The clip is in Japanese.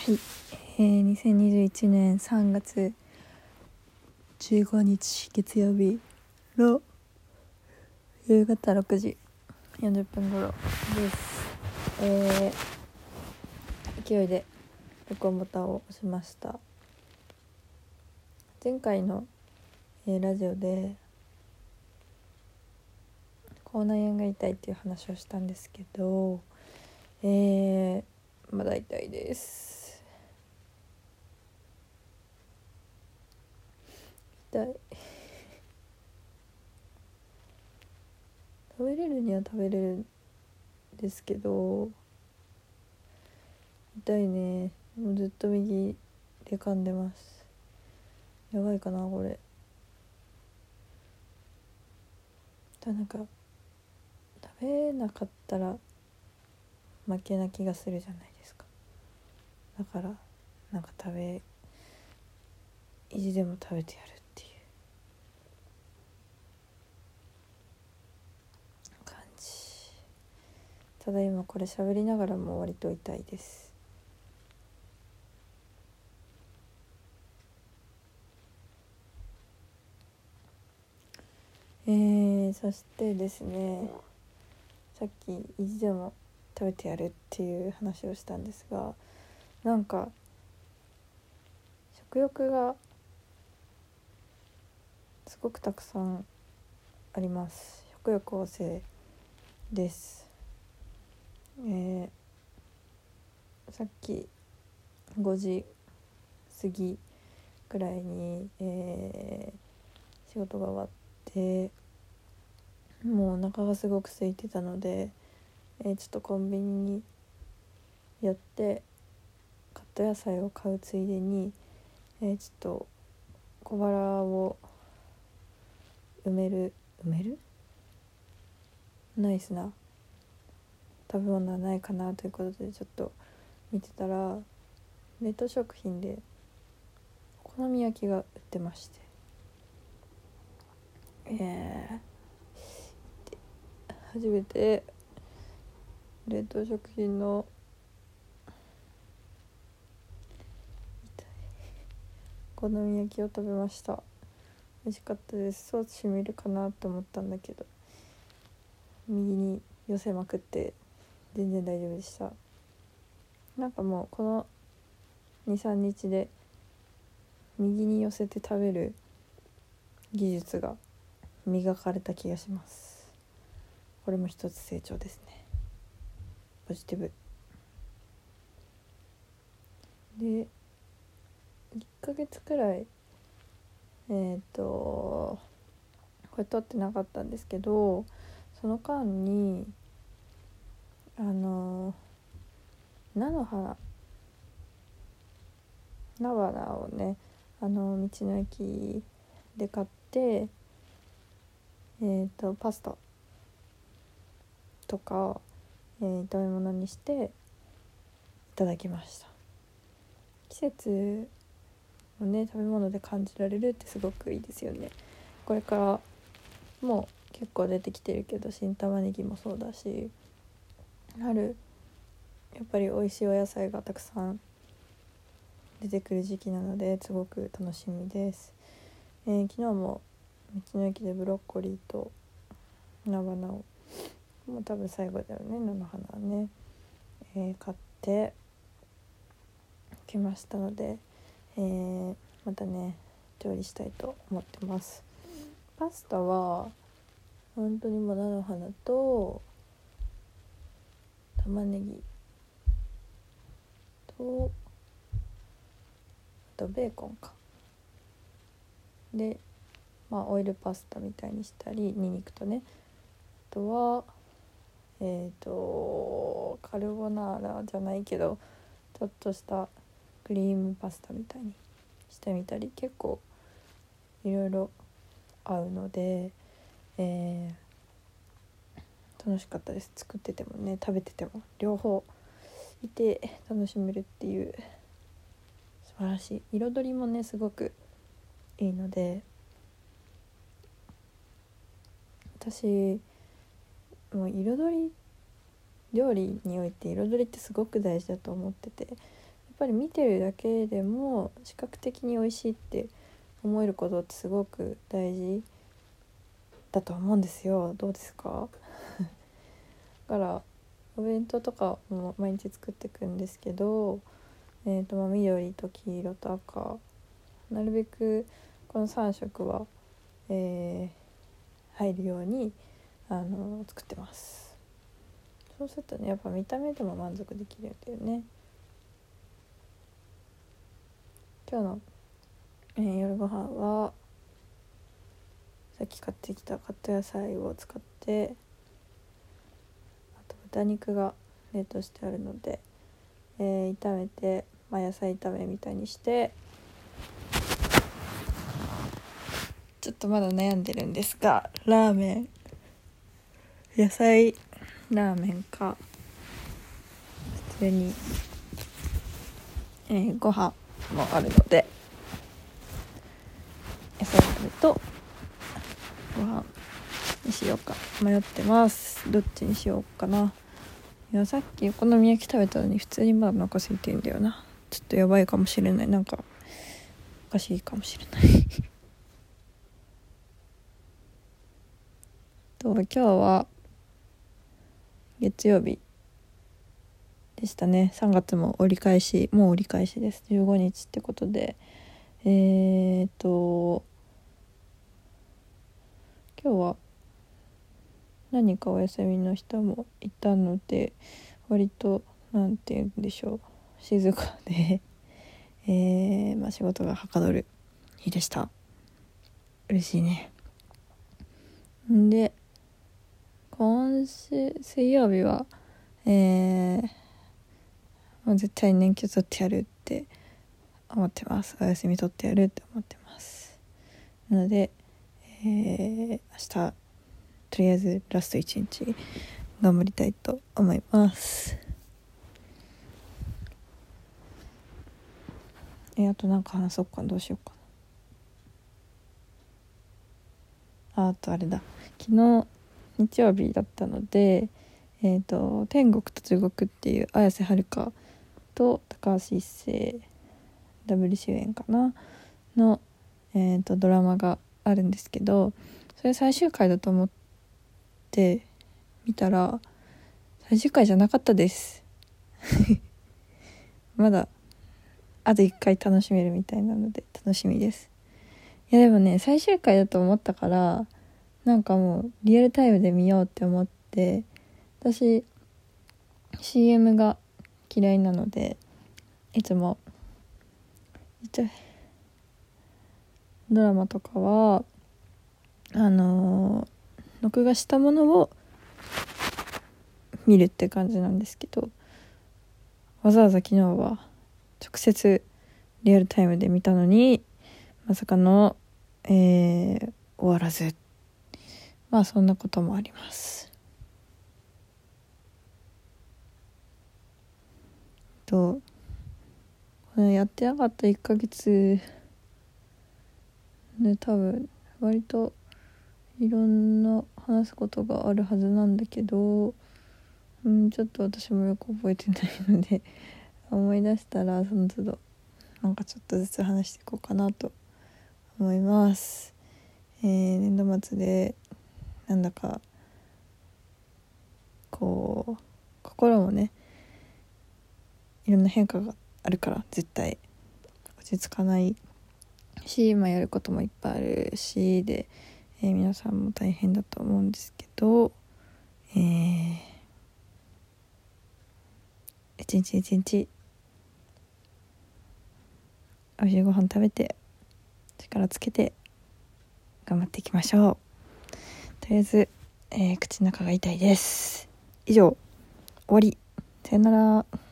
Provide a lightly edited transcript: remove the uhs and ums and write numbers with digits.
はい、2021年3月15日月曜日の夕方6時40分頃です。勢いで録音ボタンを押しました。前回の、ラジオで口内炎が痛いっていう話をしたんですけど、まだ痛いです。痛い。食べれるには食べれるんですけど痛いね。もうずっと右で噛んでます。やばいかなこれ。なんか食べなかったら負けな気がするじゃないですか。だからなんか意地でも食べてやるっていう感じ。ただ今これ喋りながらも割と痛いです。そしてですね、さっき意地でも食べてやるっていう話をしたんですが、なんか食欲がすごくたくさんあります。食欲旺盛です。さっき5時過ぎくらいに、仕事が終わってもうお腹がすごく空いてたので、ちょっとコンビニに寄ってカット野菜を買うついでに、ちょっと小腹を埋めるナイスな食べ物はないかなということでちょっと見てたら、冷凍食品でお好み焼きが売ってまして、初めて冷凍食品のお好み焼きを食べました。美味しかったです。ソース染みるかなと思ったんだけど右に寄せまくって全然大丈夫でした。なんかもうこの 2,3 日で右に寄せて食べる技術が磨かれた気がします。これも一つ成長ですね。ポジティブで1ヶ月くらいこれ撮ってなかったんですけど、その間に菜花をね、道の駅で買ってパスタとか、炒め物にしていただきました。季節をね食べ物で感じられるってすごくいいですよね。これからもう結構出てきてるけど、新玉ねぎもそうだし、春やっぱり美味しいお野菜がたくさん出てくる時期なのですごく楽しみです。昨日も道の駅でブロッコリーと菜花を、もう多分最後だよね、菜の花はね、買ってきましたので、またね調理したいと思ってます。パスタは本当にもう菜の花と玉ねぎとあとベーコンかで、オイルパスタみたいにしたり、ニンニクとね、あとはカルボナーラじゃないけどちょっとしたクリームパスタみたいにしてみたり、結構いろいろ合うので、楽しかったです。作っててもね食べてても両方いて楽しめるっていう素晴らしい。彩りもねすごくいいので、私もう料理において彩りってすごく大事だと思ってて、やっぱり見てるだけでも視覚的に美味しいって思えることってすごく大事だと思うんですよ。どうですか？だからお弁当とかも毎日作っていくんですけど、緑と黄色と赤、なるべくこの3色は、入るように作ってます。そうするとね、やっぱ見た目でも満足できるんだよね。今日の、夜ご飯はさっき買ってきたカット野菜を使って、あと豚肉が冷凍してあるので、炒めて、野菜炒めみたいにして、ちょっとまだ悩んでるんですが、ラーメン、野菜ラーメンか普通に、ご飯もあるので、野菜炒めとご飯にしようか迷ってます。どっちにしようかな。いや、さっきお好み焼き食べたのに普通にまだお腹空いてんだよな。ちょっとやばいかもしれない。なんかおかしいかもしれないと今日は月曜日でしたね。3月ももう折り返しです。15日ってことで、今日は何かお休みの人もいたので、割となんて言うんでしょう、静かで仕事がはかどる日でした。嬉しいね。んで、今週水曜日はもう絶対に年休取ってやるって思ってます。お休み取ってやるって思ってます。なので、明日とりあえずラスト1日頑張りたいと思います。あとなんか話そうか、どうしようかな。あとあれだ、昨日日曜日だったので、天国と地獄っていう綾瀬はるかと高橋一生ダブル主演かなの、ドラマがあるんですけど、それ最終回だと思って見たら最終回じゃなかったですまだあと1回楽しめるみたいなので楽しみです。いやでもね、最終回だと思ったから、なんかもうリアルタイムで見ようって思って、私 CM が嫌いなので、いつもドラマとかは録画したものを見るって感じなんですけど、わざわざ昨日は直接リアルタイムで見たのにまさかの、終わらず、そんなこともあります。このやってなかった1ヶ月で多分割といろんな話すことがあるはずなんだけど、ちょっと私もよく覚えてないので思い出したらその都度なんかちょっとずつ話していこうかなと思います。年度末でなんだかこう心もね、いろんな変化があるから絶対落ち着かないし、やることもいっぱいあるしで、皆さんも大変だと思うんですけど、一日一日おいしいご飯食べて力つけて頑張っていきましょう。とりあえず、口の中が痛いです。以上、終わり。さよなら。